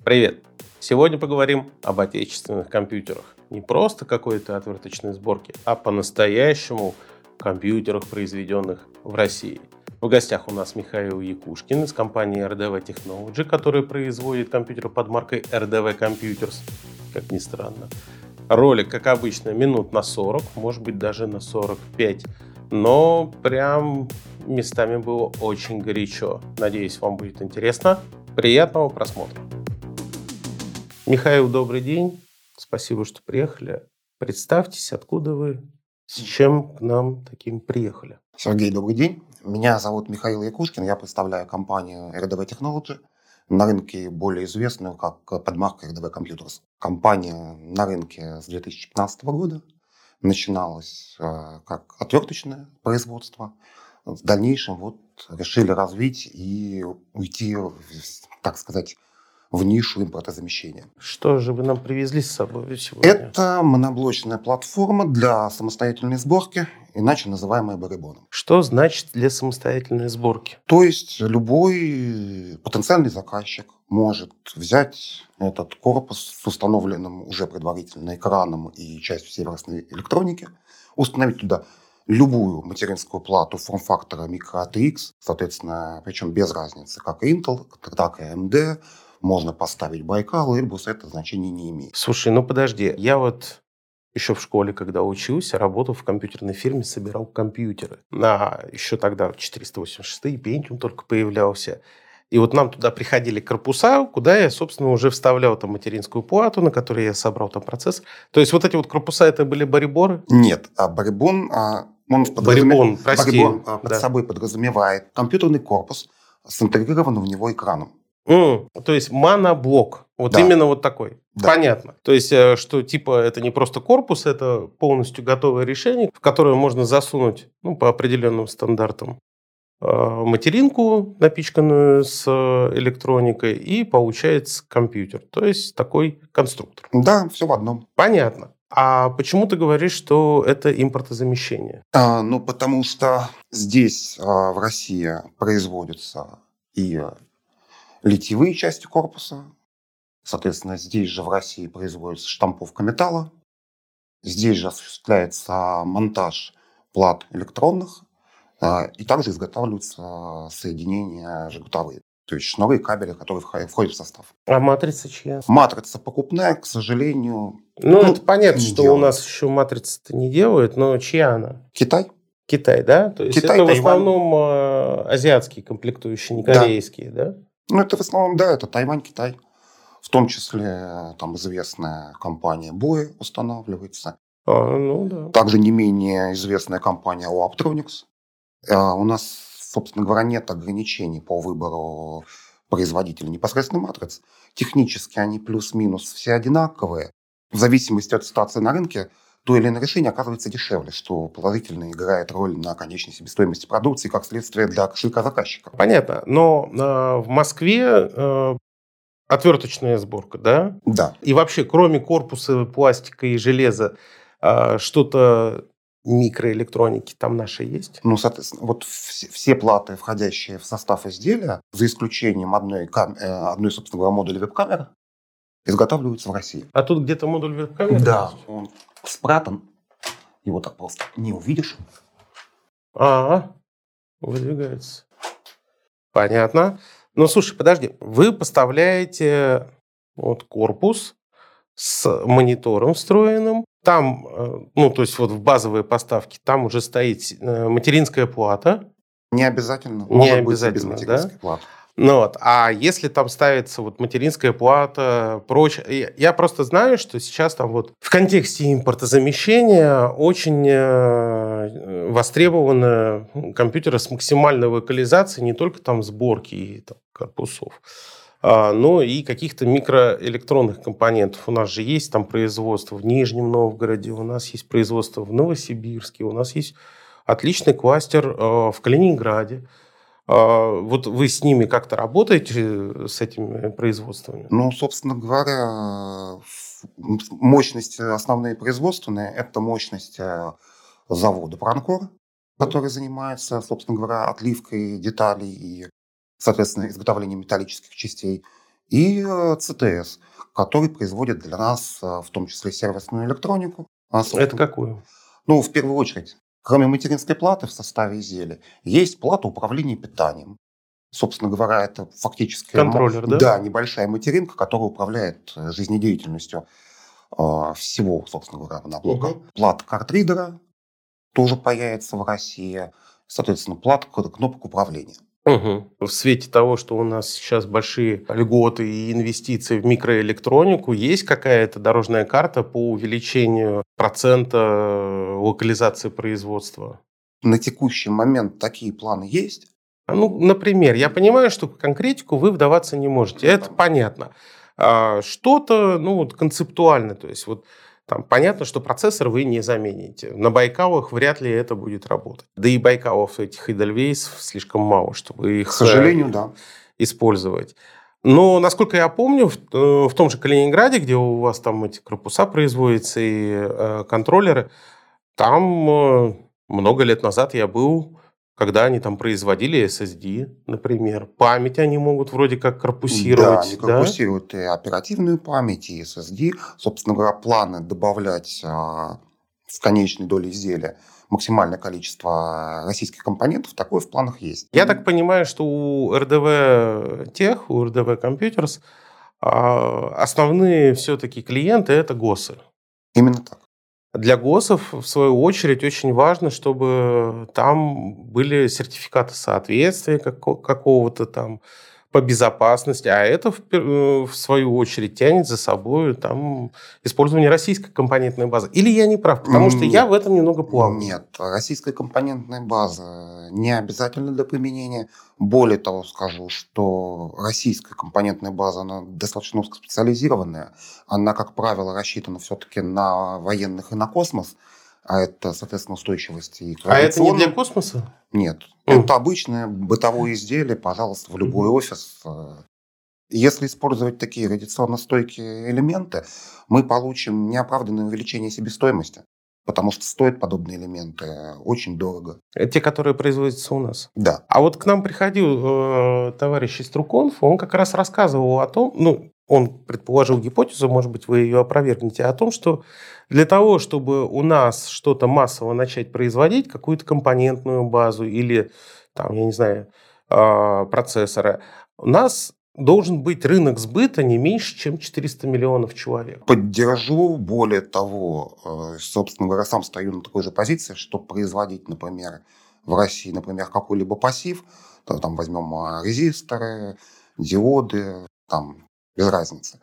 Привет! Сегодня поговорим об отечественных компьютерах. Не просто какой-то отверточной сборке, а по-настоящему компьютерах, произведенных в России. В гостях у нас Михаил Якушкин из компании RDV Technology, которая производит компьютеры под маркой RDV Computers, как ни странно. Ролик, как обычно, минут на 40, может быть даже на 45. Но прям местами было очень горячо. Надеюсь, вам будет интересно. Приятного просмотра. Михаил, добрый день. Спасибо, что приехали. Представьтесь, откуда вы, с чем к нам таким приехали. Сергей, добрый день. Меня зовут Михаил Якушкин. Я представляю компанию RDV Technology, на рынке более известную как под маркой RDV Computers. Компания на рынке с 2015 года. Начиналась как отверточное производство. В дальнейшем решили развить и уйти, так сказать, в нишу импортозамещения. Что же вы нам привезли с собой сегодня? Это моноблочная платформа для самостоятельной сборки, иначе называемая барибоном. Что значит для самостоятельной сборки? То есть любой потенциальный заказчик может взять этот корпус с установленным уже предварительно экраном и частью сервисной электроники, установить туда любую материнскую плату форм-фактора Micro ATX, соответственно, причем без разницы, как Intel, так и AMD. Можно поставить Байкал, Airbus, это значение не имеет. Слушай, ну подожди, я вот еще в школе, когда учился, работал в компьютерной фирме, собирал компьютеры. Еще тогда 486 Pentium только появлялся. И вот нам туда приходили корпуса, куда я, собственно, уже вставлял там материнскую плату, на которой я собрал там процесс. То есть вот эти вот корпуса, это были бариборы? Нет, барибон, Барибон, прости. Барибон под собой подразумевает компьютерный корпус с интегрированным в него экраном. То есть моноблок. Вот да. Именно вот такой. Да. Понятно. То есть, что типа это не просто корпус, это полностью готовое решение, в которое можно засунуть по определенным стандартам материнку, напичканную с электроникой, и получается компьютер. То есть такой конструктор. Да, все в одном. Понятно. А почему ты говоришь, что это импортозамещение? Потому что здесь, в России, производятся и литьевые части корпуса. Соответственно, здесь же в России производится штамповка металла. Здесь же осуществляется монтаж плат электронных. И также изготавливаются соединения жгутовые. То есть шнуры и кабели, которые входят в состав. А матрица чья? Матрица покупная, к сожалению. Это понятно, что делают. у нас еще матрица-то не делают, но чья она? Китай. Китай, да? То есть Китай, это в Тайвань. основном азиатские комплектующие, не корейские, да? Это в основном, это Тайвань, Китай. В том числе там известная компания Boeing устанавливается. Да. Также не менее известная компания Optronics. У нас, собственно говоря, нет ограничений по выбору производителя непосредственно матриц. Технически они плюс-минус все одинаковые. В зависимости от ситуации на рынке, то или иное решение оказывается дешевле, что положительно играет роль на конечной себестоимости продукции, как следствие для кошелька заказчика. Понятно. Но в Москве отверточная сборка, да? Да. И вообще, кроме корпуса, пластика и железа, что-то микроэлектроники там наши есть? Соответственно, все платы, входящие в состав изделия, за исключением одной, собственно говоря, модуля веб-камеры, изготавливаются в России. А тут где-то модуль веб-камеры? Да, он спрятан. Его так просто не увидишь. Выдвигается. Понятно. Но слушай, подожди. Вы поставляете корпус с монитором встроенным. Там, то есть в базовой поставке, там уже стоит материнская плата. Не обязательно. Не Может быть, без обязательно, материнской платы. А если там ставится материнская плата, прочее... Я просто знаю, что сейчас там в контексте импортозамещения очень востребованы компьютеры с максимальной локализацией не только там сборки и корпусов, но и каких-то микроэлектронных компонентов. У нас же есть там производство в Нижнем Новгороде, у нас есть производство в Новосибирске, у нас есть отличный кластер в Калининграде. Вы с ними как-то работаете, с этими производствами? Собственно говоря, мощности основные производственные – это мощность завода Пранкор, который занимается, собственно говоря, отливкой деталей и, соответственно, изготовлением металлических частей. и ЦТС, который производит для нас в том числе сервисную электронику. Это какую? Ну, в первую очередь, кроме материнской платы в составе изделия, есть плата управления питанием. Собственно говоря, это фактически Контроллер, да? да, небольшая материнка, которая управляет жизнедеятельностью всего, собственно говоря, моноблока. Мгм. Плата картридера тоже появится в России. Соответственно, плата кнопок управления. Мгм. В свете того, что у нас сейчас большие льготы и инвестиции в микроэлектронику, есть какая-то дорожная карта по увеличению процента локализации производства? На текущий момент такие планы есть. Ну, например, я понимаю, что в конкретику вы вдаваться не можете. Это понятно. Что-то, ну, вот концептуально, то есть вот там понятно, что процессор вы не замените. На Байкалах вряд ли это будет работать. Да и Байкалов этих Edelweiss слишком мало, чтобы К их сожалению, да. использовать. Но, насколько я помню, в том же Калининграде, где у вас там эти корпуса производятся и контроллеры, там много лет назад я был, когда они там производили SSD, например. Память они могут вроде как Да, корпусировать, они да? корпусируют и оперативную память, и SSD. Собственно говоря, планы добавлять в конечной доле изделия максимальное количество российских компонентов, такое в планах есть. Я так понимаю, что у РДВ Тех, у РДВ Computers основные все-таки клиенты – это ГОСы. Именно так. Для ГОСов, в свою очередь, очень важно, чтобы там были сертификаты соответствия какого-то там по безопасности, а это, в свою очередь, тянет за собой там использование российской компонентной базы. Или я не прав? Потому что я в этом немного плаваю. Нет, российская компонентная база не обязательно для применения. Более того, скажу, что российская компонентная база, она достаточно узкоспециализированная. Она, как правило, рассчитана все-таки на военных и на космос. А это, соответственно, устойчивость и к А это не для радиационным. космоса? Нет. Это обычное бытовое изделие, пожалуйста, в любой офис. Если использовать такие радиационно стойкие элементы, мы получим неоправданное увеличение себестоимости, потому что стоят подобные элементы очень дорого. Те, которые производятся у нас. Да. А вот к нам приходил товарищ из Труконф, он как раз рассказывал о том, ну, он предположил гипотезу, может быть, вы ее опровергнете, о том, что для того, чтобы у нас что-то массово начать производить, какую-то компонентную базу или, там, я не знаю, процессоры, у нас должен быть рынок сбыта не меньше, чем 400 миллионов человек. Поддержу. Более того, собственно говоря, сам стою на такой же позиции, что производить, например, в России, например, какой-либо пассив, то там возьмем резисторы, диоды, там без разницы.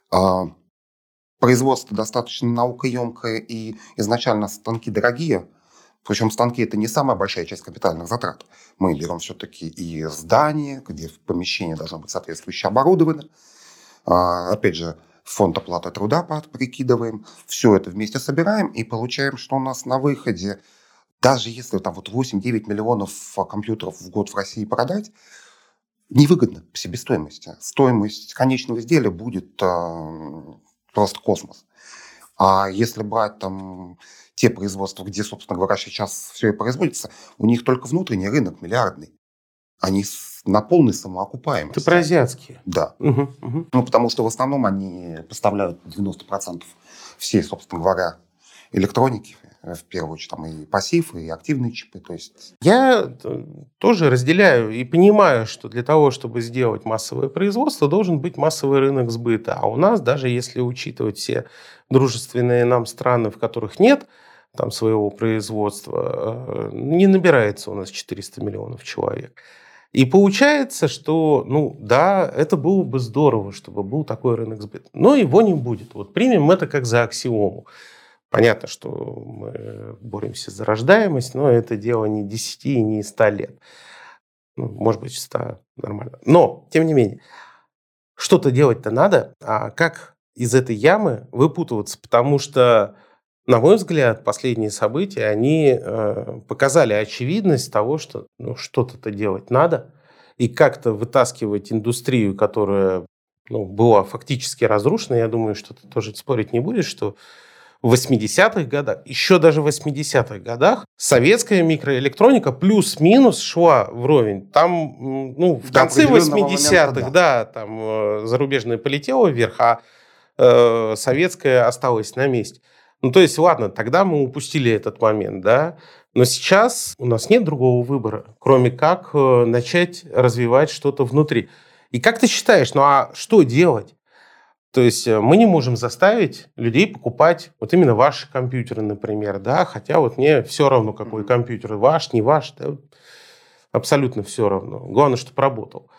Производство достаточно наукоемкое, и изначально станки дорогие. Причем станки – это не самая большая часть капитальных затрат. Мы берем все-таки и здание, где в помещении должно быть соответствующее оборудование. Опять же, фонд оплаты труда прикидываем. Все это вместе собираем и получаем, что у нас на выходе, даже если там вот 8-9 миллионов компьютеров в год в России продать, невыгодно по себестоимости. Стоимость конечного изделия будет просто космос. А если брать там те производства, где, собственно говоря, сейчас все и производится, у них только внутренний рынок миллиардный. Они на полной самоокупаемости. Это про азиатские. Да. Угу. Ну, потому что в основном они поставляют 90% всей, собственно говоря, электроники. В первую очередь там и пассив, и активные чипы. То есть... Я тоже разделяю и понимаю, что для того, чтобы сделать массовое производство, должен быть массовый рынок сбыта. А у нас, даже если учитывать все дружественные нам страны, в которых нет там своего производства, не набирается у нас 400 миллионов человек. И получается, что, ну да, это было бы здорово, чтобы был такой рынок сбыта. Но его не будет. Вот примем это как за аксиому. Понятно, что мы боремся за рождаемость, но это дело не 10 и не 100 лет. Ну, может быть, 100 нормально. Но, тем не менее, что-то делать-то надо. А как из этой ямы выпутываться? Потому что, на мой взгляд, последние события, они показали очевидность того, что что-то делать надо. И как-то вытаскивать индустрию, которая была фактически разрушена. Я думаю, что ты тоже спорить не будешь, что в 80-х годах, еще даже в 80-х годах, советская микроэлектроника плюс-минус шла вровень. Там, в До конце определенного момента, 80-х, да. да, там зарубежная полетела вверх, а советская осталась на месте. То есть, ладно, тогда мы упустили этот момент, да, но сейчас у нас нет другого выбора, кроме как начать развивать что-то внутри. И как ты считаешь, а что делать? То есть мы не можем заставить людей покупать вот именно ваши компьютеры, например, да, хотя вот мне все равно, какой компьютер, ваш, не ваш, да, абсолютно все равно. Главное, чтобы работал.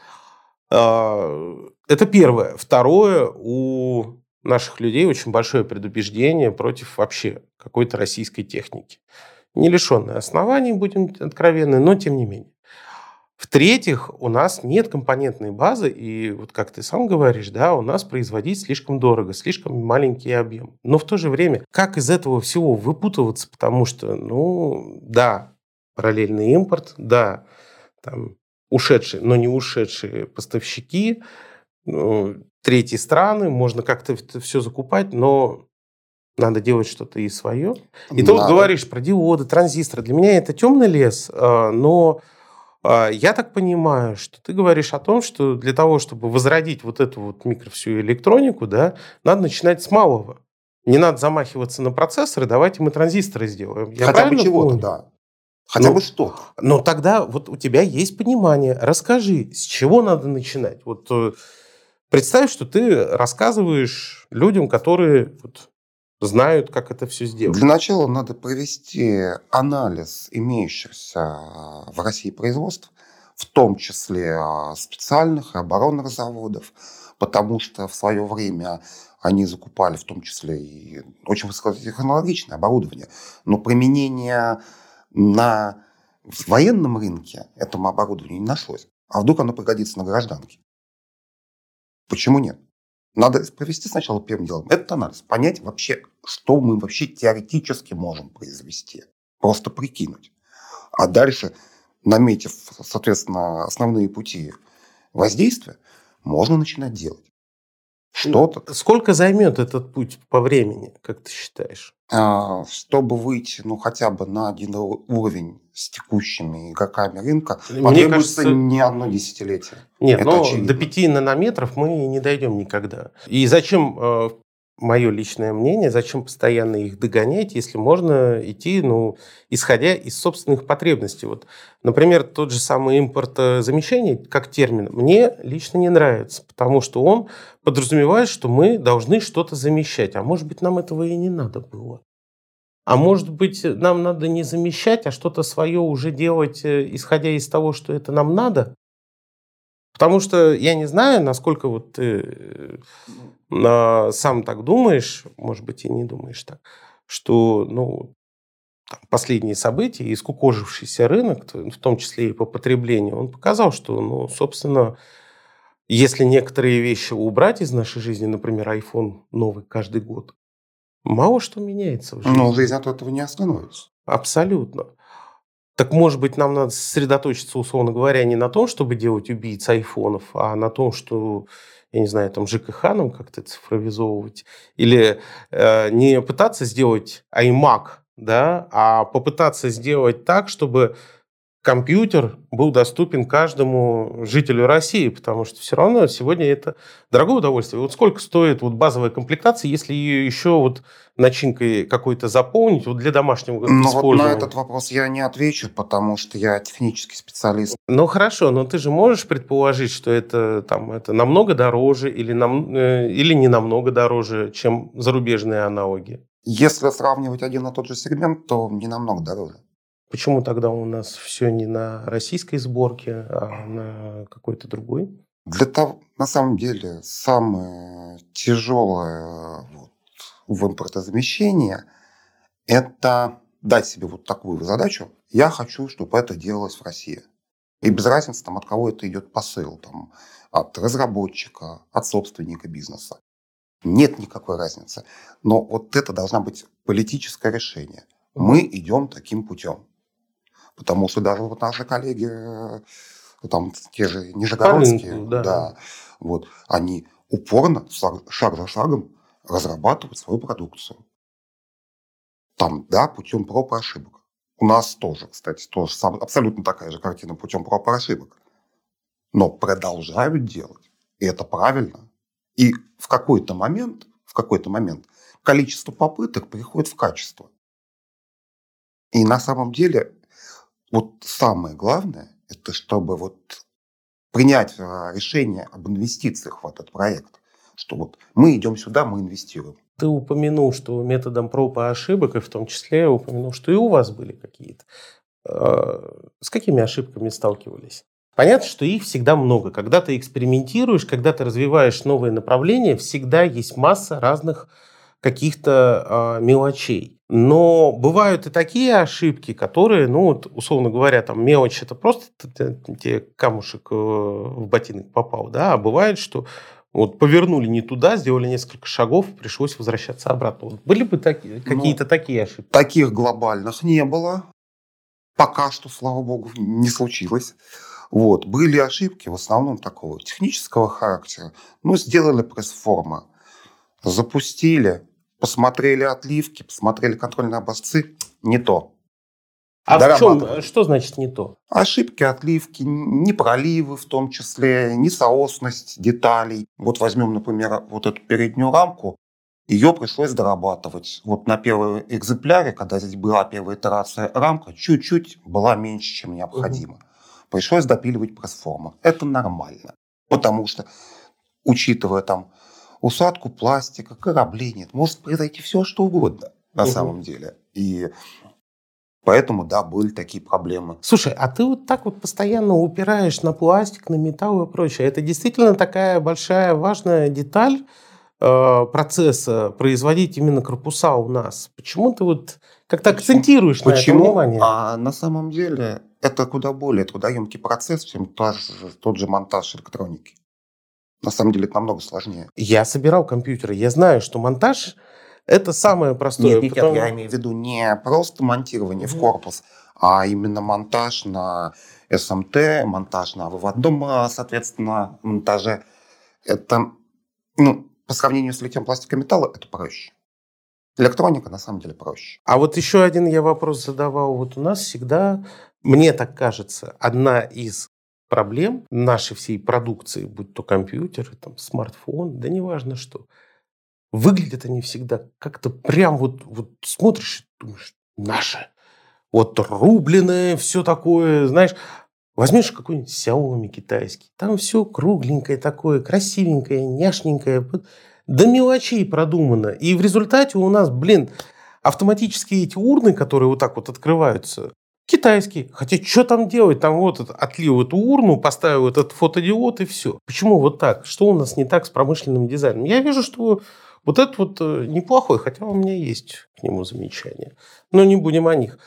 Это первое. Второе, у наших людей очень большое предубеждение против вообще какой-то российской техники. Не лишенное оснований, будем откровенны, но тем не менее. В-третьих, у нас нет компонентной базы, и вот как ты сам говоришь, да, у нас производить слишком дорого, слишком маленький объем. Но в то же время, как из этого всего выпутываться, потому что, да, параллельный импорт, да, там ушедшие, но не ушедшие поставщики, третьи страны, можно как-то это все закупать, но надо делать что-то и свое. И ты вот Надо. говоришь про диоды, транзисторы. Для меня это темный лес, но я так понимаю, что ты говоришь о том, что для того, чтобы возродить вот эту вот всю электронику, да, надо начинать с малого. Не надо замахиваться на процессоры, давайте мы транзисторы сделаем. Я Хотя бы правильно чего-то, понял? да. Хотя бы что-то. Но тогда вот у тебя есть понимание. Расскажи, с чего надо начинать? Вот представь, что ты рассказываешь людям, которые вот знают, как это все сделать. Для начала надо провести анализ имеющихся в России производств, в том числе специальных и оборонных заводов, потому что в свое время они закупали в том числе и очень высокотехнологичное оборудование, но применение на военном рынке этому оборудованию не нашлось. А вдруг оно пригодится на гражданке? Почему нет? Надо провести сначала первым делом этот анализ, понять вообще, что мы вообще теоретически можем произвести. Просто прикинуть. А дальше, наметив, соответственно, основные пути воздействия, можно начинать делать. Что-то. Сколько займет этот путь по времени, как ты считаешь? Чтобы выйти хотя бы на один уровень с текущими игроками рынка, Мне потребуется кажется, не одно десятилетие. нет, Это до очевидно. 5 нанометров мы не дойдем никогда. И зачем, мое личное мнение, зачем постоянно их догонять, если можно идти, исходя из собственных потребностей. Вот, например, тот же самый импортозамещение, как термин, мне лично не нравится, потому что он подразумевает, что мы должны что-то замещать. А может быть, нам этого и не надо было. А может быть, нам надо не замещать, а что-то свое уже делать, исходя из того, что это нам надо? Потому что я не знаю, насколько вот ты сам так думаешь, может быть, и не думаешь так, что там последние события и скукожившийся рынок, в том числе и по потреблению, он показал, что, собственно, если некоторые вещи убрать из нашей жизни, например, iPhone новый каждый год, мало что меняется в жизни. Но жизнь от этого не остановится. Абсолютно. Так, может быть, нам надо сосредоточиться, условно говоря, не на том, чтобы делать убийц айфонов, а на том, что, я не знаю, там ЖКХ нам как-то цифровизовывать. Или не пытаться сделать iMac, да, а попытаться сделать так, чтобы компьютер был доступен каждому жителю России, потому что все равно сегодня это дорогое удовольствие. Вот сколько стоит базовая комплектация, если ее еще начинкой какой-то заполнить для домашнего использования? На этот вопрос я не отвечу, потому что я технический специалист. Хорошо, но ты же можешь предположить, что это намного дороже или не намного дороже, чем зарубежные аналоги? Если сравнивать один и тот же сегмент, то не намного дороже. Почему тогда у нас все не на российской сборке, а на какой-то другой? На самом деле, самое тяжелое в импортозамещении – это дать себе такую задачу. Я хочу, чтобы это делалось в России. И без разницы, от кого это идет посыл. От разработчика, от собственника бизнеса. Нет никакой разницы. Но это должно быть политическое решение. Мы идем таким путем. Потому что даже наши коллеги, те же нижегородские, По рынку, да. Они упорно, шаг за шагом разрабатывают свою продукцию. Там, да, путем проб и ошибок. У нас тоже, кстати, тоже абсолютно такая же картина путем проб и ошибок. Но продолжают делать. И это правильно. И в какой-то момент количество попыток приходит в качество. И на самом деле вот самое главное, это чтобы вот принять решение об инвестициях в этот проект. Что вот мы идем сюда, мы инвестируем. Ты упомянул, что методом проб и ошибок, и в том числе упомянул, что и у вас были какие-то. С какими ошибками сталкивались? Понятно, что их всегда много. Когда ты экспериментируешь, когда ты развиваешь новые направления, всегда есть масса разных каких-то мелочей. Но бывают и такие ошибки, которые, ну вот, условно говоря, там мелочь это просто тебе камушек в ботинок попал, да, а бывает, что вот повернули не туда, сделали несколько шагов, пришлось возвращаться обратно. Вот были бы какие-то такие ошибки? Таких глобальных не было. Пока что, слава богу, не случилось. Вот. Были ошибки в основном такого технического характера. Ну, сделали пресс-формы, запустили, посмотрели отливки, посмотрели контрольные образцы. Не то. А в чем, что значит не то? Ошибки, отливки, непроливы в том числе, несоосность деталей. Вот возьмем, например, вот эту переднюю рамку. Ее пришлось дорабатывать. Вот на первом экземпляре, когда здесь была первая итерация рамка, чуть-чуть была меньше, чем необходимо. Пришлось допиливать пресс-форму. Это нормально. Потому что, учитывая там усадку пластика, корабли, нет, может произойти все, что угодно на самом деле. И поэтому, да, были такие проблемы. Слушай, а ты вот так вот постоянно упираешь на пластик, на металл и прочее. Это действительно такая большая, важная деталь процесса производить именно корпуса у нас. Почему ты вот как-то акцентируешь на этом внимание? А на самом деле это куда более трудоемкий процесс, чем тот же монтаж электроники. На самом деле это намного сложнее. Я собирал компьютеры, я знаю, что монтаж это самое простое. Нет, я имею в виду не просто монтирование в корпус, а именно монтаж на СМТ, монтаж на выводном, соответственно, монтаже. Это, по сравнению с литьем пластика и металла, это проще. Электроника на самом деле проще. А вот еще один я вопрос задавал. Вот у нас всегда, мне так кажется, одна из проблем нашей всей продукции, будь то компьютеры, там, смартфон, да неважно что, выглядят они всегда как-то прям вот смотришь и думаешь, наше. Вот рубленое, все такое, знаешь. Возьмешь какой-нибудь Xiaomi китайский, там все кругленькое такое, красивенькое, няшненькое, до мелочей продумано. И в результате у нас, автоматически эти урны, которые вот так вот открываются, китайские. Хотя что там делать? Там вот отлил эту урну, поставил этот фотодиод и все. Почему вот так? Что у нас не так с промышленным дизайном? Я вижу, что вот этот вот неплохой, хотя у меня есть к нему замечания. Но не будем о них.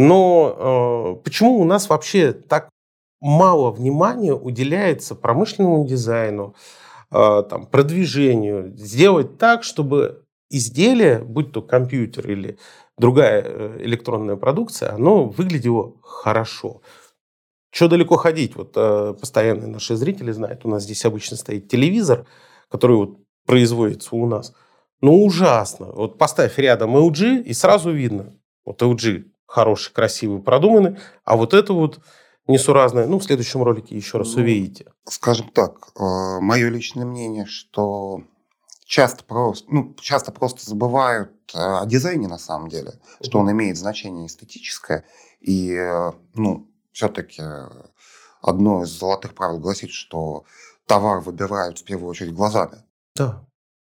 Но почему у нас вообще так мало внимания уделяется промышленному дизайну, продвижению? Сделать так, чтобы изделие, будь то компьютер или другая электронная продукция, оно выглядело хорошо. Что далеко ходить? Вот постоянные наши зрители знают, у нас здесь обычно стоит телевизор, который вот производится у нас. Ну, ужасно. Вот поставь рядом LG, и сразу видно. Вот LG хороший, красивый, продуманный, а вот это вот несуразное, в следующем ролике еще раз увидите. Скажем так, мое личное мнение, что часто просто забывают о дизайне на самом деле, что он имеет значение эстетическое. И, все-таки одно из золотых правил гласит, что товар выбирают в первую очередь глазами. Да.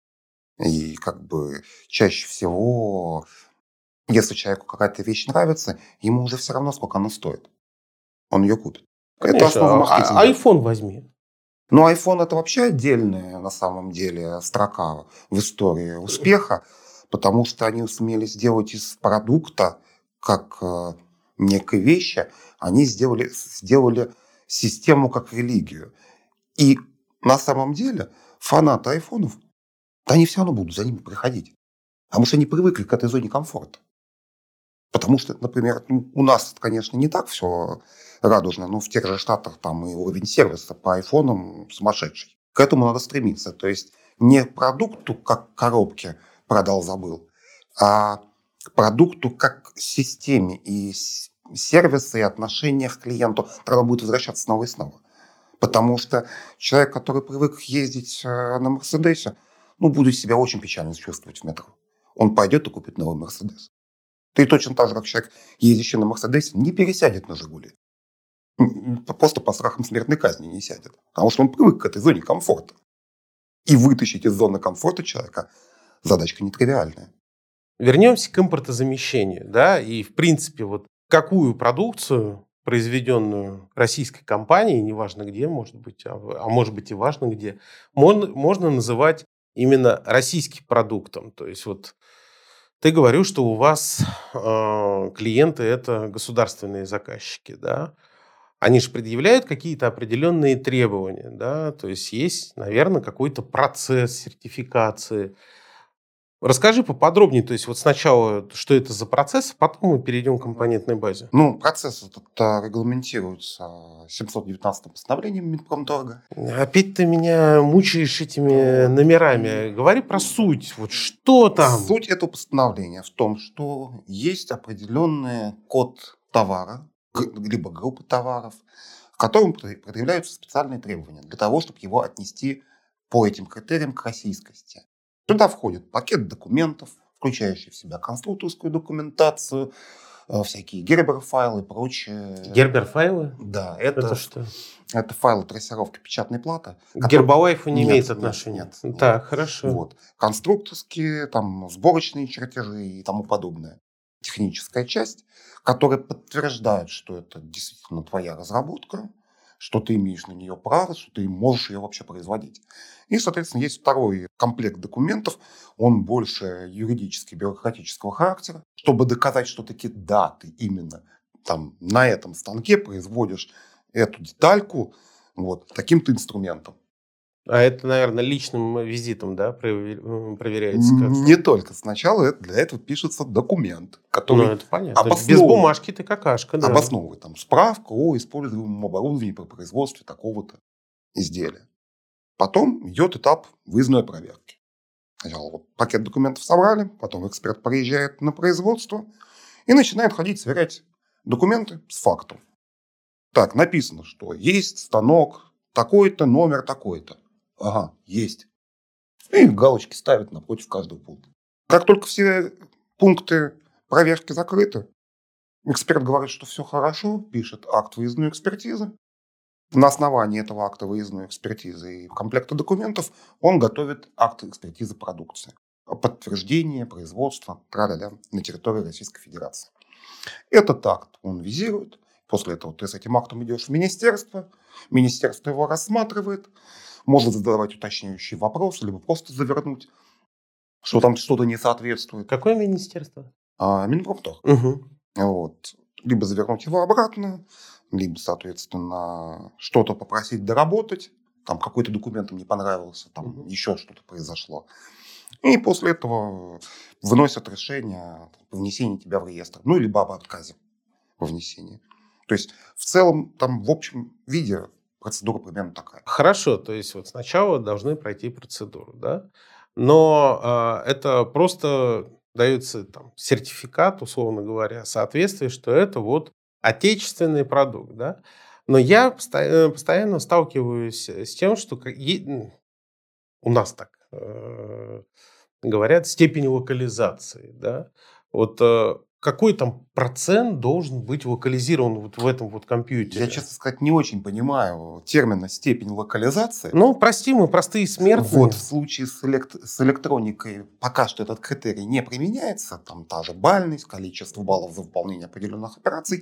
И чаще всего, если человеку какая-то вещь нравится, ему уже все равно, сколько она стоит. Он ее купит. Конечно. Это основа маркетинга. Айфон возьми. iPhone это вообще отдельная, на самом деле, строка в истории успеха, потому что они сумели сделать из продукта, как некой вещи, они сделали систему как религию. И на самом деле фанаты айфонов, они все равно будут за ними приходить, потому что они привыкли к этой зоне комфорта. Потому что, например, у нас, конечно, не так все радужно, но в тех же Штатах там и уровень сервиса по айфонам сумасшедший. К этому надо стремиться. То есть не к продукту, как коробке продал, забыл, а к к продукту как к системе и сервисы, и отношения к клиенту тогда будет возвращаться снова и снова. Потому что человек, который привык ездить на Мерседесе, будет себя очень печально чувствовать в метро. Он пойдет и купит новый Мерседес. Ты точно так же, как человек, ездящий на Мерседесе, не пересядет на Жигули. Просто по страхам смертной казни не сядет. Потому что он привык к этой зоне комфорта. И вытащить из зоны комфорта человека задачка нетривиальная. Вернемся к импортозамещению, да, и в принципе вот какую продукцию, произведенную российской компанией, неважно где, может быть, может быть и важно где, можно называть именно российским продуктом. То есть вот ты говорил, что у вас клиенты это государственные заказчики, да? Они же предъявляют какие-то определенные требования, да? То есть, наверное, какой-то процесс сертификации. Расскажи поподробнее, то есть вот сначала, что это за процесс, а потом мы перейдем к компонентной базе. Процесс этот регламентируется 719 постановлением Минпромторга. Опять ты меня мучаешь этими номерами. Говори про суть. Вот что там? Суть этого постановления в том, что есть определенный код товара, либо группы товаров, к которым предъявляются специальные требования для того, чтобы его отнести по этим критериям к российскости. Туда входит пакет документов, включающий в себя конструкторскую документацию, всякие Гербер-файлы и прочее. Гербер-файлы? Да, Это что? это файлы трассировки печатной платы. К Гербалайфу не имеет отношения? Нет. Так, хорошо. Вот. Конструкторские, сборочные чертежи и тому подобное. Техническая часть, которая подтверждает, что это действительно твоя разработка, что ты имеешь на нее право, что ты можешь ее вообще производить. И, соответственно, есть второй комплект документов, он больше юридически бюрократического характера, чтобы доказать, что таки да, ты именно на этом станке производишь эту детальку таким-то инструментом. А это, наверное, личным визитом, да, проверяется как-то? Не только. Сначала для этого пишется документ, который это понятно. Без бумажки ты какашка, да. Обосновывает справку о используемом оборудовании по производству такого-то изделия. Потом идет этап выездной проверки. Сначала пакет документов собрали, потом эксперт приезжает на производство и начинает ходить сверять документы с фактом. Так, написано, что есть станок такой-то, номер такой-то. Ага, есть. И галочки ставят напротив каждого пункта. Как только все пункты проверки закрыты, эксперт говорит, что все хорошо, пишет акт выездной экспертизы. На основании этого акта выездной экспертизы и комплекта документов он готовит акт экспертизы продукции. Подтверждение производства на территории Российской Федерации. Этот акт он визирует. После этого ты с этим актом идешь в министерство. Министерство его рассматривает. Может задавать уточняющие вопросы, либо просто завернуть, что там что-то не соответствует. Какое министерство? Минпромторг. Либо завернуть его обратно, либо, соответственно, что-то попросить доработать. Какой-то документ им не понравился, еще что-то произошло. И после этого выносят решение о внесении тебя в реестр. Либо об отказе во внесении. То есть, в целом, в общем виде процедура примерно такая. Хорошо, то есть вот сначала должны пройти процедуру, да? Но это просто дается сертификат, условно говоря, соответствие, что это отечественный продукт, да? Но я постоянно сталкиваюсь с тем, что у нас так говорят, степень локализации, да? Какой процент должен быть локализирован в этом компьютере? Я, честно сказать, не очень понимаю термина «степень локализации». Прости, мы простые смертные. В случае с электроникой пока что этот критерий не применяется. Та же бальность, количество баллов за выполнение определенных операций.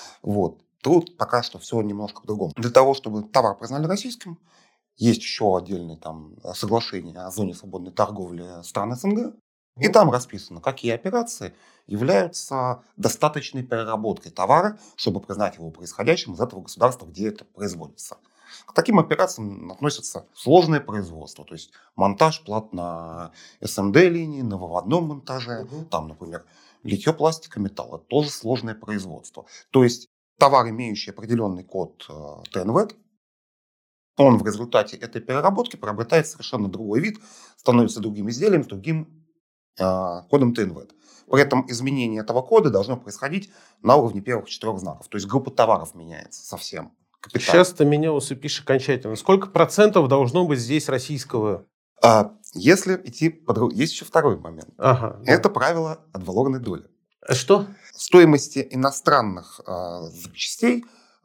Тут пока что все немножко по-другому. Для того, чтобы товар признали российским, есть еще отдельное соглашение о зоне свободной торговли стран СНГ. И там расписано, какие операции являются достаточной переработкой товара, чтобы признать его происходящим из этого государства, где это производится. К таким операциям относятся сложное производство, то есть монтаж плат на СМД-линии, на выводном монтаже, например, литье пластика, металла, тоже сложное производство. То есть товар, имеющий определенный код ТНВЭД, он в результате этой переработки приобретает совершенно другой вид, становится другим изделием с другим кодом ТНВЭД. При этом изменение этого кода должно происходить на уровне первых 4 знаков. То есть группа товаров меняется совсем. Капитально. Сейчас ты меня усыпишь окончательно. Сколько процентов должно быть здесь российского? Если идти есть еще второй момент. Ага, да. Это правило адвалорной доли. Что? Стоимости иностранных запчастей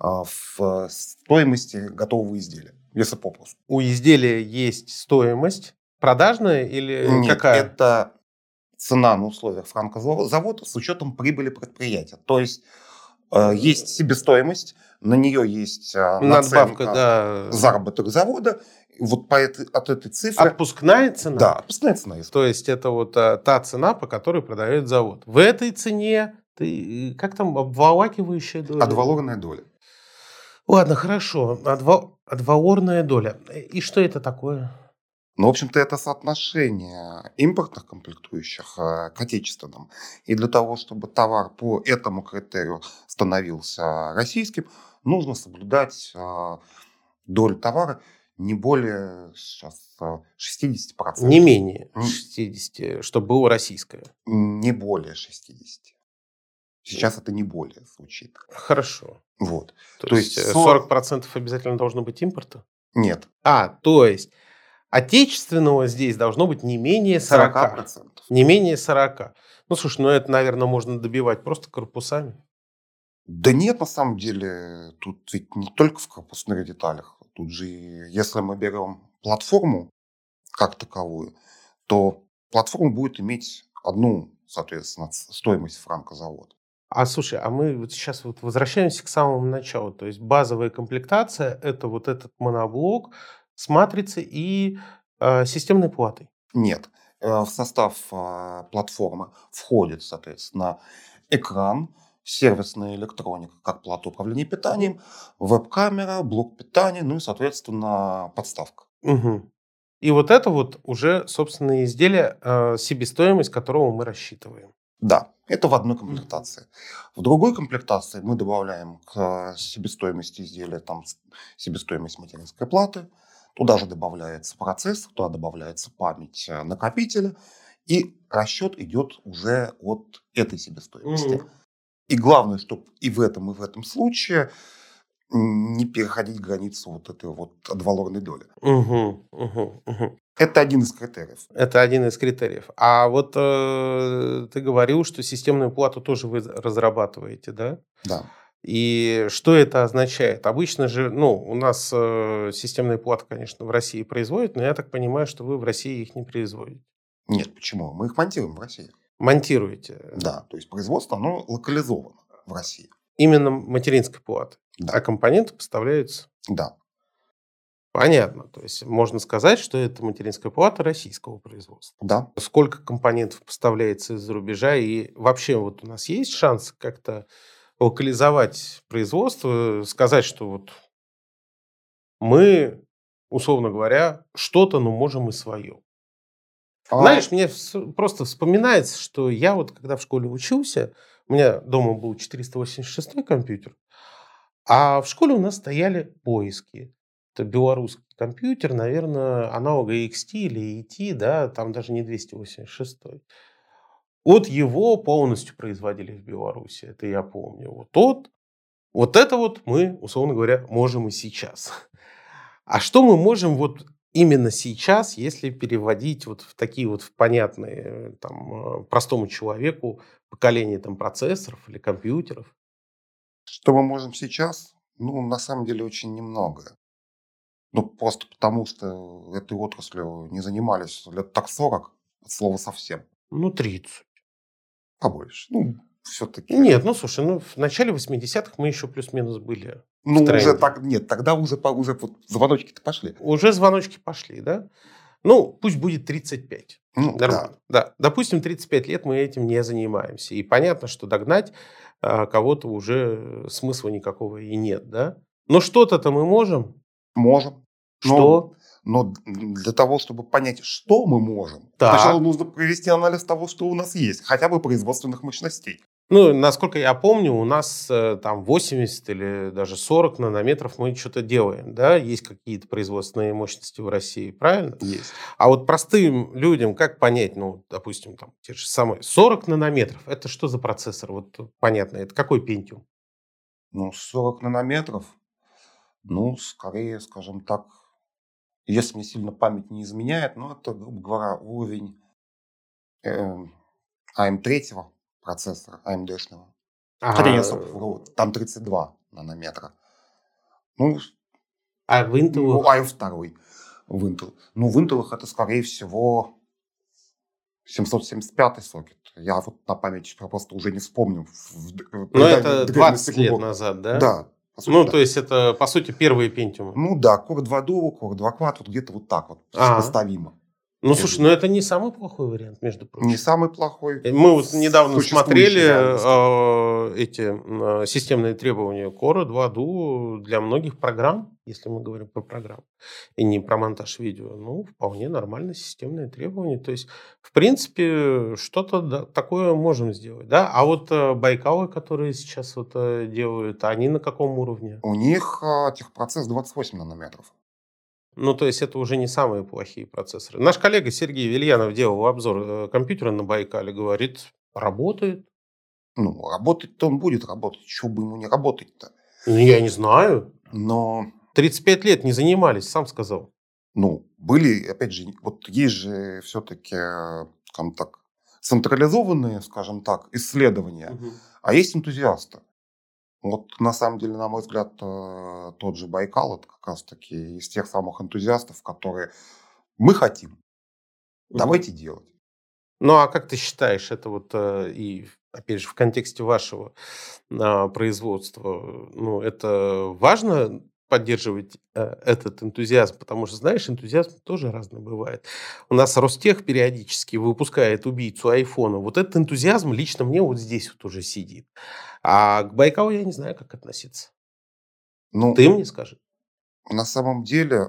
в стоимости готового изделия, если попросту. У изделия есть стоимость продажная или Нет, какая? это цена на условиях франкозавода с учетом прибыли предприятия. То есть есть себестоимость, на нее есть Надбавка, наценка, да. заработок завода. Вот от этой цифры... Отпускная цена? Да, отпускная цена. То есть это вот та цена, по которой продает завод. В этой цене ты, как там, обволакивающая доля? Адвалорная доля. Ладно, хорошо. Адвалорная доля. И что это такое? Ну, в общем-то, это соотношение импортных комплектующих к отечественным. И для того, чтобы товар по этому критерию становился российским, нужно соблюдать долю товара не более сейчас 60%. Не менее 60, чтобы было российское. Не более 60. Сейчас это не более звучит. Хорошо. Вот. То есть 40% обязательно должно быть импорта? Нет. То есть отечественного здесь должно быть не менее 40%. 40%. Не менее 40%. Ну, слушай, это, наверное, можно добивать просто корпусами. Да нет, на самом деле, тут ведь не только в корпусных деталях. Тут же, если мы берем платформу как таковую, то платформа будет иметь одну, соответственно, стоимость франкозавода. Слушай, мы вот сейчас вот возвращаемся к самому началу. То есть базовая комплектация – это вот этот моноблок с матрицей и системной платой. Нет. В состав платформы входит, соответственно, экран, сервисная электроника, как плата управления питанием, веб-камера, блок питания, ну и, соответственно, подставка. Угу. И вот это вот уже, собственно, изделие, себестоимость которого мы рассчитываем. Да, это в одной комплектации. В другой комплектации мы добавляем к себестоимости изделия там себестоимость материнской платы. Туда же добавляется процессор, туда добавляется память накопителя. И расчет идет уже от этой себестоимости. И главное, чтобы и в этом случае не переходить границу вот этой вот адвалорной доли. Это один из критериев. Это один из критериев. А вот ты говорил, что системную плату тоже вы разрабатываете, да? Да. И что это означает? Обычно же, у нас системные платы, конечно, в России производят, но я так понимаю, что вы в России их не производите. Нет, почему? Мы их монтируем в России. Монтируете? Да, то есть производство, оно локализовано в России. Именно материнской платы? Да. А компоненты поставляются? Да. Понятно. То есть можно сказать, что это материнская плата российского производства. Да. Сколько компонентов поставляется из-за рубежа? И вообще вот у нас есть шанс как-то локализовать производство, сказать, что вот мы, условно говоря, что-то, можем и свое. Знаешь, мне просто вспоминается, что я вот когда в школе учился, у меня дома был 486 компьютер, а в школе у нас стояли поиски. Это белорусский компьютер, наверное, аналога XT или ET, да, там даже не 286. Вот его полностью производили в Беларуси, это я помню. Вот это вот мы, условно говоря, можем и сейчас. А что мы можем вот именно сейчас, если переводить вот в такие вот в понятные простому человеку поколение процессоров или компьютеров? Что мы можем сейчас? На самом деле очень немного. Просто потому, что этой отраслью не занимались лет так 40, от слова совсем. 30. Побольше. Все-таки. Нет, слушай, в начале 80-х мы еще плюс-минус были. Уже так, нет, тогда уже вот звоночки-то пошли. Уже звоночки пошли, да? Пусть будет 35. Нормально. Да. Допустим, 35 лет мы этим не занимаемся. И понятно, что догнать кого-то уже смысла никакого и нет, да? Но что-то мы можем? Можем. Что? Но для того, чтобы понять, что мы можем, сначала нужно провести анализ того, что у нас есть, хотя бы производственных мощностей. Ну, насколько я помню, у нас там 80 или даже 40 нанометров мы что-то делаем, да? Есть какие-то производственные мощности в России, правильно? Есть. А вот простым людям как понять, ну, допустим, там те же самые 40 нанометров, это что за процессор? Вот понятно, это какой Pentium? Ну, 40 нанометров, ну, скорее, скажем так, если мне сильно память не изменяет, ну, это, грубо говоря, уровень AM3 процессора, AMD-шного. Хотя А, нет, стоп, вру, там 32 нанометра. Ну, а в ну, интовых? AM2 в Intel. Ну, в Intel это, скорее всего, 775 сокет. Я вот на память просто уже не вспомню. Ну, При это древности 20 лет глубоко. назад, да? Да, по сути, Ну, да. то есть это, по сути, первые Pentium. Ну да, Core 2 Duo, Core 2 Quad, вот где-то вот так вот А, сопоставимо. ну, Я слушай, ну думаю. это не самый плохой вариант, между Не прочим. самый плохой Мы в вот недавно существующей смотрели реальности. эти системные требования Core 2 Duo для многих программ, если мы говорим про программы, и не про монтаж видео. Ну, вполне нормальные системные требования. То есть, в принципе, что-то такое можем сделать. Да? А вот Байкалы, которые сейчас вот делают, они на каком уровне? У них техпроцесс 28 нанометров. Ну, то есть это уже не самые плохие процессоры. Наш коллега Сергей Вильянов делал обзор компьютера на Байкале, говорит, работает. Ну, работать-то он будет работать, чего бы ему не работать-то. Ну, я не знаю. Но, 35 лет не занимались, сам сказал. ну, были, опять же, вот есть же все-таки, скажем так, централизованные, скажем так, исследования, Мгм. а есть энтузиасты. Вот на самом деле, на мой взгляд, тот же Байкал, это как раз-таки из тех самых энтузиастов, которые мы хотим, Мгм. давайте делать. Ну, а как ты считаешь, это вот и, опять же, в контексте вашего производства, ну, это важно поддерживать этот энтузиазм, потому что, знаешь, энтузиазм тоже разный бывает. У нас Ростех периодически выпускает убийцу айфона. Вот этот энтузиазм лично мне вот здесь вот уже сидит. А к Байкалу я не знаю, как относиться. Ну, Ты мне скажи. на самом деле,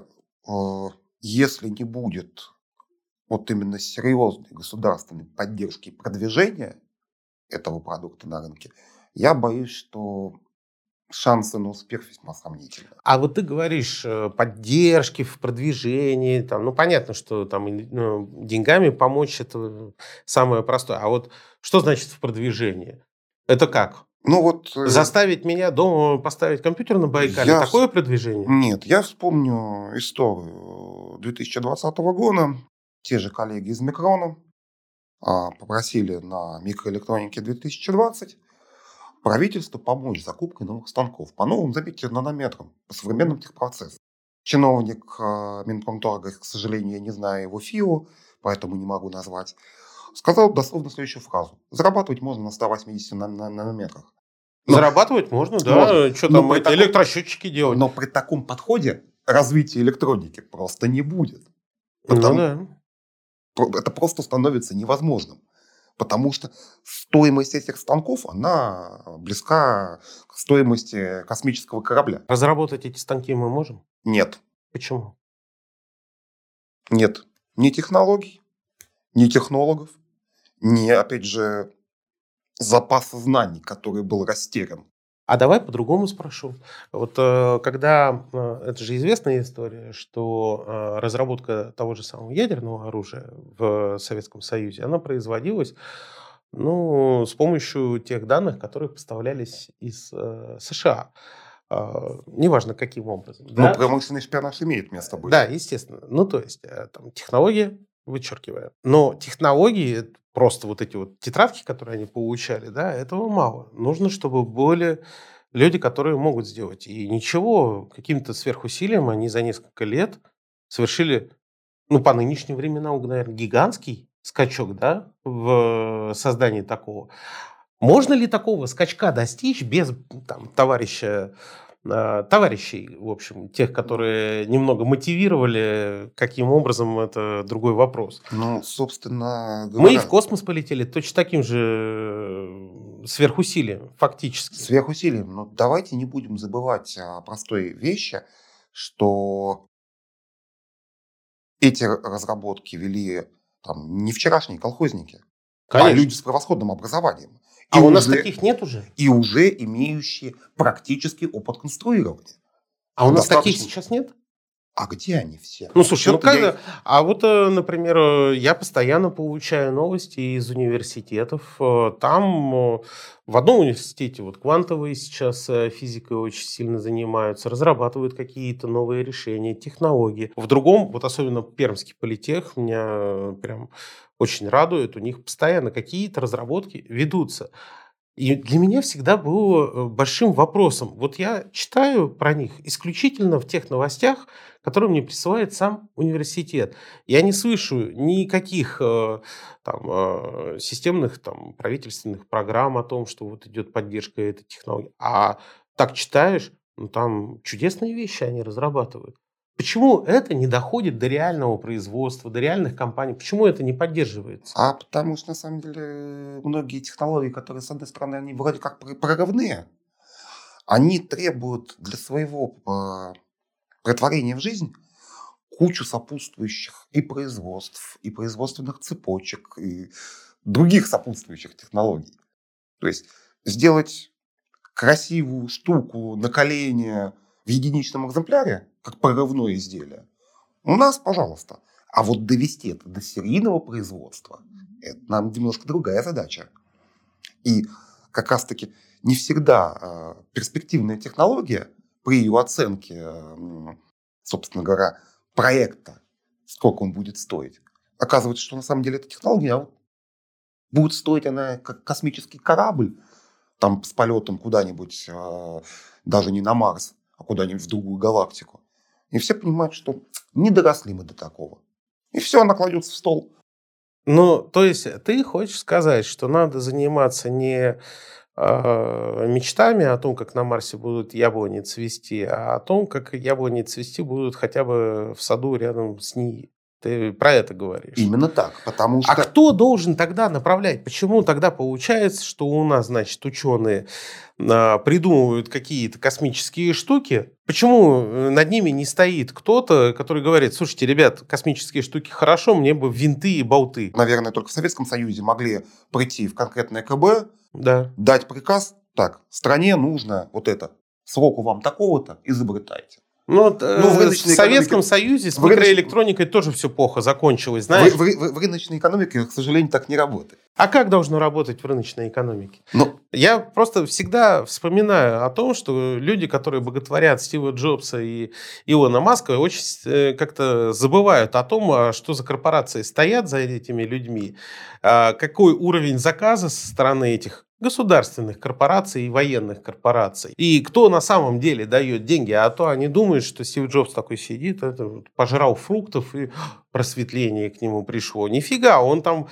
если не будет вот именно серьезной государственной поддержки и продвижения этого продукта на рынке, я боюсь, что шансы на успех весьма сомнительны. А вот ты говоришь, поддержки в продвижении, там, ну, понятно, что там ну, деньгами помочь это самое простое. А вот что значит в продвижении? Это как? Ну вот Заставить меня дома поставить компьютер на Байкале? я Такое продвижение? нет, я вспомню историю 2020 года. Те же коллеги из Микрона попросили на микроэлектронике 2020 правительство помочь с закупкой новых станков по новым, заметьте, нанометрам, по современным техпроцессам. Чиновник Минпромторга, к сожалению, я не знаю его ФИО, поэтому не могу назвать, сказал дословно следующую фразу. Зарабатывать можно на 180 нанометрах. Но Зарабатывать можно, можно. да. Что Но там, при, эти таком, электросчетчики делать? но при таком подходе развития электроники просто не будет. Ну Потому, да. это просто становится невозможным. Потому что стоимость этих станков, она близка к стоимости космического корабля. Разработать эти станки мы можем? Нет, Почему? нет ни технологий, ни технологов, ни, опять же, запаса знаний, который был растерян. А давай по-другому спрошу. Вот когда, это же известная история, что разработка того же самого ядерного оружия в Советском Союзе, она производилась, ну, с помощью тех данных, которые поставлялись из США. Неважно, каким образом, Но да? промышленный шпионаж имеет место Да, быть. естественно. Ну, то есть, там технология вычеркивая. Но технологии, просто вот эти вот тетрадки, которые они получали, да, этого мало. Нужно, чтобы были люди, которые могут сделать. И ничего, каким-то сверхусилием они за несколько лет совершили, ну, по нынешним временам, наверное, гигантский скачок, да, в создании такого. Можно ли такого скачка достичь без там, товарищей, в общем, тех, которые немного мотивировали, каким образом, это другой вопрос. Ну, собственно Мы и в говоря, космос полетели точно таким же сверхусилием, фактически. сверхусилием. Но давайте не будем забывать о простой вещи, что эти разработки вели там не вчерашние колхозники. а Конечно. люди с превосходным образованием. А у нас таких нет уже? И уже имеющие практический опыт конструирования. А у нас таких Достаточно. сейчас нет? А где они все? Ну, слушай, ну Чё-то я когда... их- А вот, например, я постоянно получаю новости из университетов. Там в одном университете вот квантовые сейчас физикой очень сильно занимаются, разрабатывают какие-то новые решения, технологии. В другом, вот особенно Пермский политех, меня прям очень радует, у них постоянно какие-то разработки ведутся. И для меня всегда было большим вопросом. Вот я читаю про них исключительно в тех новостях, которые мне присылает сам университет. Я не слышу никаких системных правительственных программ о том, что вот идет поддержка этой технологии. А так читаешь, ну, там чудесные вещи они разрабатывают. Почему это не доходит до реального производства, до реальных компаний? Почему это не поддерживается? А потому что, на самом деле, многие технологии, которые, с одной стороны, они вроде как прорывные, они требуют для своего претворения в жизнь кучу сопутствующих и производств, и производственных цепочек, и других сопутствующих технологий. То есть сделать красивую штуку на колени в единичном экземпляре, как прорывное изделие, у нас, пожалуйста. А вот довести это до серийного производства, это нам немножко другая задача. И как раз-таки не всегда перспективная технология при ее оценке, собственно говоря, проекта, сколько он будет стоить, оказывается, что на самом деле эта технология будет стоить она как космический корабль, там с полетом куда-нибудь, даже не на Марс, а куда-нибудь в другую галактику. И все понимают, что не доросли мы до такого. И все, она кладется в стол. Ну, то есть ты хочешь сказать, что надо заниматься не мечтами о том, как на Марсе будут яблони цвести, а о том, как яблони цвести будут хотя бы в саду рядом с ней. Ты про это говоришь? Именно так, потому А что... кто должен тогда направлять? Почему тогда получается, что у нас, значит, ученые придумывают какие-то космические штуки? Почему над ними не стоит кто-то, который говорит: слушайте, ребят, космические штуки хорошо, мне бы винты и болты. Наверное, только в Советском Союзе могли прийти в конкретное КБ, Да. дать приказ: так, стране нужно вот это, сроку вам такого-то, изобретайте. Ну, вот, в в рыночной Советском экономике- Союзе с в рыночной- микроэлектроникой тоже все плохо закончилось, знаешь? В рыночной экономике, к сожалению, так не работает. А как должно работать в рыночной экономике? Но Я просто всегда вспоминаю о том, что люди, которые боготворят Стива Джобса и Илона Маска, очень как-то забывают о том, что за корпорации стоят за этими людьми, какой уровень заказа со стороны этих государственных корпораций и военных корпораций. И кто на самом деле дает деньги. А то они думают, что Стив Джобс такой сидит, пожрал фруктов и просветление к нему пришло. Нифига, он там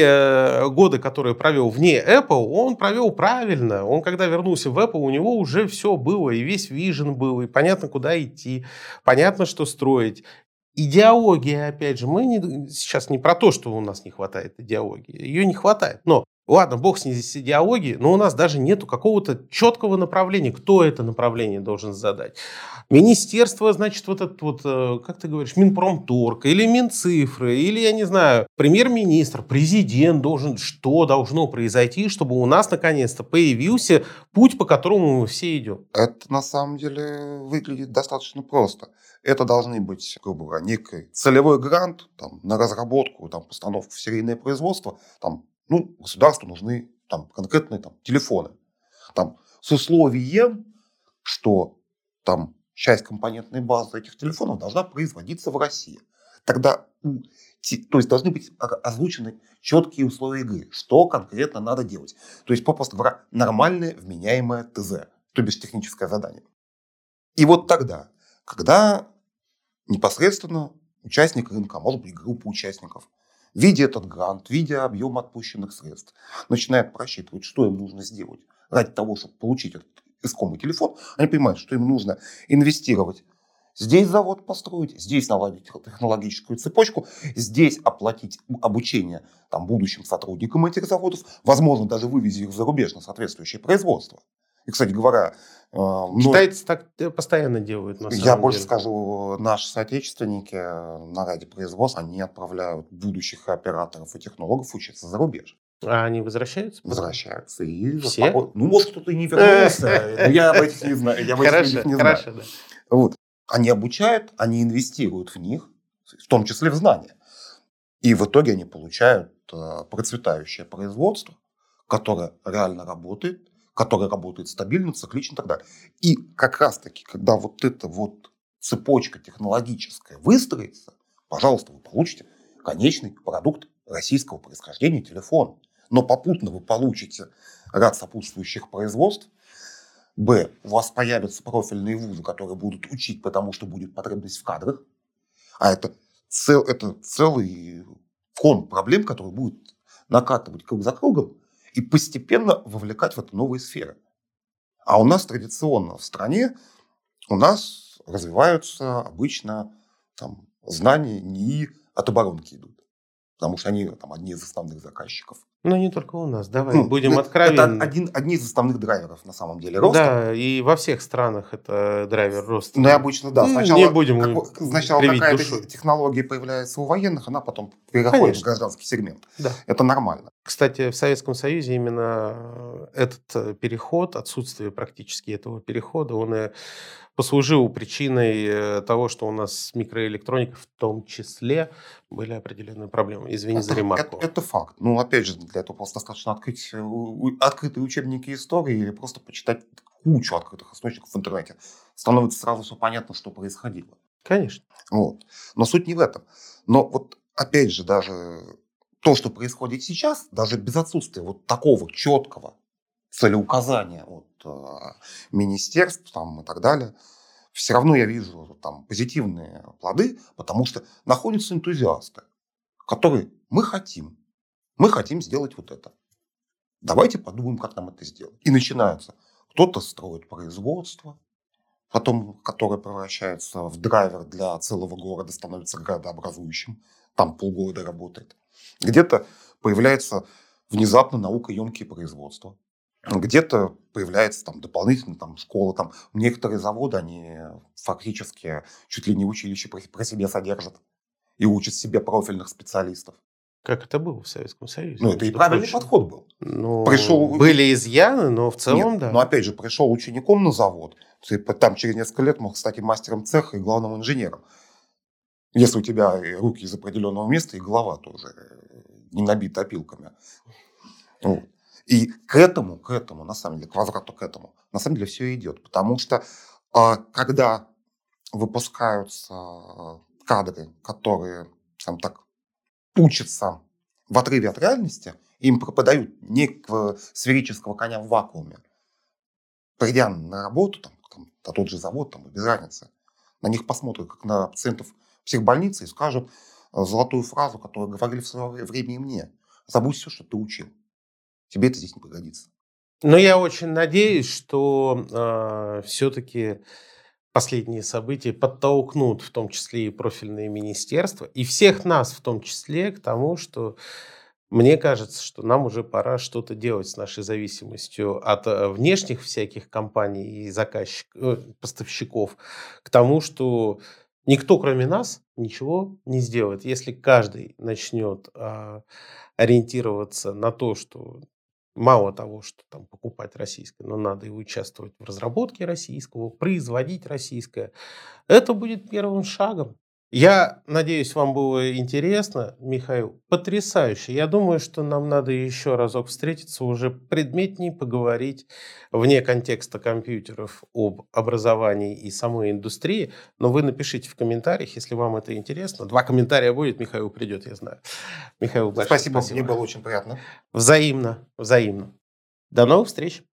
те годы, которые провел вне Apple, он провел правильно. Он, когда вернулся в Apple, у него уже все было, и весь вижен был, и понятно, куда идти, понятно, что строить. Идеология, опять же, сейчас не про то, что у нас не хватает идеологии. Ее не хватает. Но ладно, бог с ней с идеологией, но у нас даже нету какого-то четкого направления. Кто это направление должен задать? Министерство, значит, вот этот вот, как ты говоришь, Минпромторг или Минцифры, или, я не знаю, премьер-министр, президент должен, что должно произойти, чтобы у нас наконец-то появился путь, по которому мы все идем. это на самом деле выглядит достаточно просто. Это должны быть, грубо говоря, некий целевой грант там, на разработку, там, постановку в серийное производство. Там, государству нужны там, конкретные там, телефоны. Там, с условием, что там, часть компонентной базы этих телефонов должна производиться в России. Тогда то есть должны быть озвучены четкие условия игры, что конкретно надо делать. То есть, попросту говоря, нормальное вменяемое ТЗ, то бишь техническое задание. И вот тогда, когда непосредственно участник рынка, может быть, группа участников, видя этот грант, видя объем отпущенных средств, начинает просчитывать, что им нужно сделать ради того, чтобы получить этот искомый телефон, они понимают, что им нужно инвестировать. Здесь завод построить, здесь наладить технологическую цепочку, здесь оплатить обучение там, будущим сотрудникам этих заводов, возможно, даже вывести их в зарубежное соответствующее производство. И, кстати говоря, Китайцы так постоянно делают, на самом я больше деле. скажу, наши соотечественники на ради производства, они отправляют будущих операторов и технологов учиться за рубеж. А они возвращаются? Возвращаются и Все? Ну, может, кто-то и не вернулся, но я об этих не знаю. Я об этих людях не знаю. Хорошо, да. Вот. Они обучают, они инвестируют в них, в том числе в знания. И в итоге они получают процветающее производство, которое реально работает, которое работает стабильно, циклично и так далее. И как раз-таки, когда вот эта вот цепочка технологическая выстроится, пожалуйста, вы получите конечный продукт российского происхождения телефон. Но попутно вы получите ряд сопутствующих производств. Б. У вас появятся профильные вузы, которые будут учить, потому что будет потребность в кадрах. А это целый ком проблем, который будет накатывать круг за кругом и постепенно вовлекать в это новые сферы. А у нас традиционно в стране у нас развиваются обычно знания НИИ от оборонки идут. Потому что они одни из основных заказчиков. Ну, не только у нас, давай будем откровенны. Это одни из основных драйверов, на самом деле, роста. Да, и во всех странах это драйвер роста. Ну, и обычно, да. Сначала кривить какая-то душой. технология появляется у военных, она потом переходит в гражданский сегмент. Да. Это нормально. Кстати, в Советском Союзе именно этот переход, отсутствие практически этого перехода, он и послужил причиной того, что у нас с микроэлектроникой в том числе были определенные проблемы. Извини за ремарку. Это факт. Ну, опять же, для этого просто достаточно открыть открытые учебники истории или просто почитать кучу открытых источников в интернете. Становится сразу все понятно, что происходило. Конечно. Вот. Но суть не в этом. Но вот опять же, даже то, что происходит сейчас, даже без отсутствия вот такого четкого целеуказания от министерств и так далее, все равно я вижу позитивные плоды, потому что находятся энтузиасты, которые мы хотим сделать вот это. Давайте подумаем, как нам это сделать. И начинается. Кто-то строит производство, потом, которое превращается в драйвер для целого города, становится градообразующим, там полгода работает. Где-то появляются внезапно наукоемкие производства. Где-то появляется дополнительно школа. Некоторые заводы, они фактически чуть ли не училище про себя содержат и учат себе профильных специалистов. Как это было в Советском Союзе? Ну, это и правильный подход был. Были изъяны, но в целом, Нет, да. Но опять же, пришел учеником на завод, там через несколько лет мог стать и мастером цеха, и главным инженером. Если у тебя руки из определенного места, и голова тоже не набита опилками. Вот. И к этому, на самом деле, к возврату к этому, на самом деле все идет. Потому что когда выпускаются кадры, которые, учатся в отрыве от реальности, им преподают некого сферического коня в вакууме. Придя на работу, на тот же завод, без разницы, на них посмотрят, как на пациентов психбольницы, и скажут золотую фразу, которую говорили в свое время и мне. Забудь все, что ты учил. Тебе это здесь не пригодится. Но я очень надеюсь, что все-таки последние события подтолкнут в том числе и профильные министерства, и всех нас в том числе к тому, что мне кажется, что нам уже пора что-то делать с нашей зависимостью от внешних всяких компаний и поставщиков к тому, что никто, кроме нас, ничего не сделает. Если каждый начнет ориентироваться на то, что мало того, что покупать российское, но надо и участвовать в разработке российского, производить российское, это будет первым шагом. Я надеюсь, вам было интересно, Михаил. Потрясающе. Я думаю, что нам надо еще разок встретиться, уже предметней поговорить вне контекста компьютеров об образовании и самой индустрии. Но вы напишите в комментариях, если вам это интересно. 2 комментария будет, Михаил придет, я знаю. Михаил, большое спасибо. Мне было очень приятно. Взаимно. До новых встреч.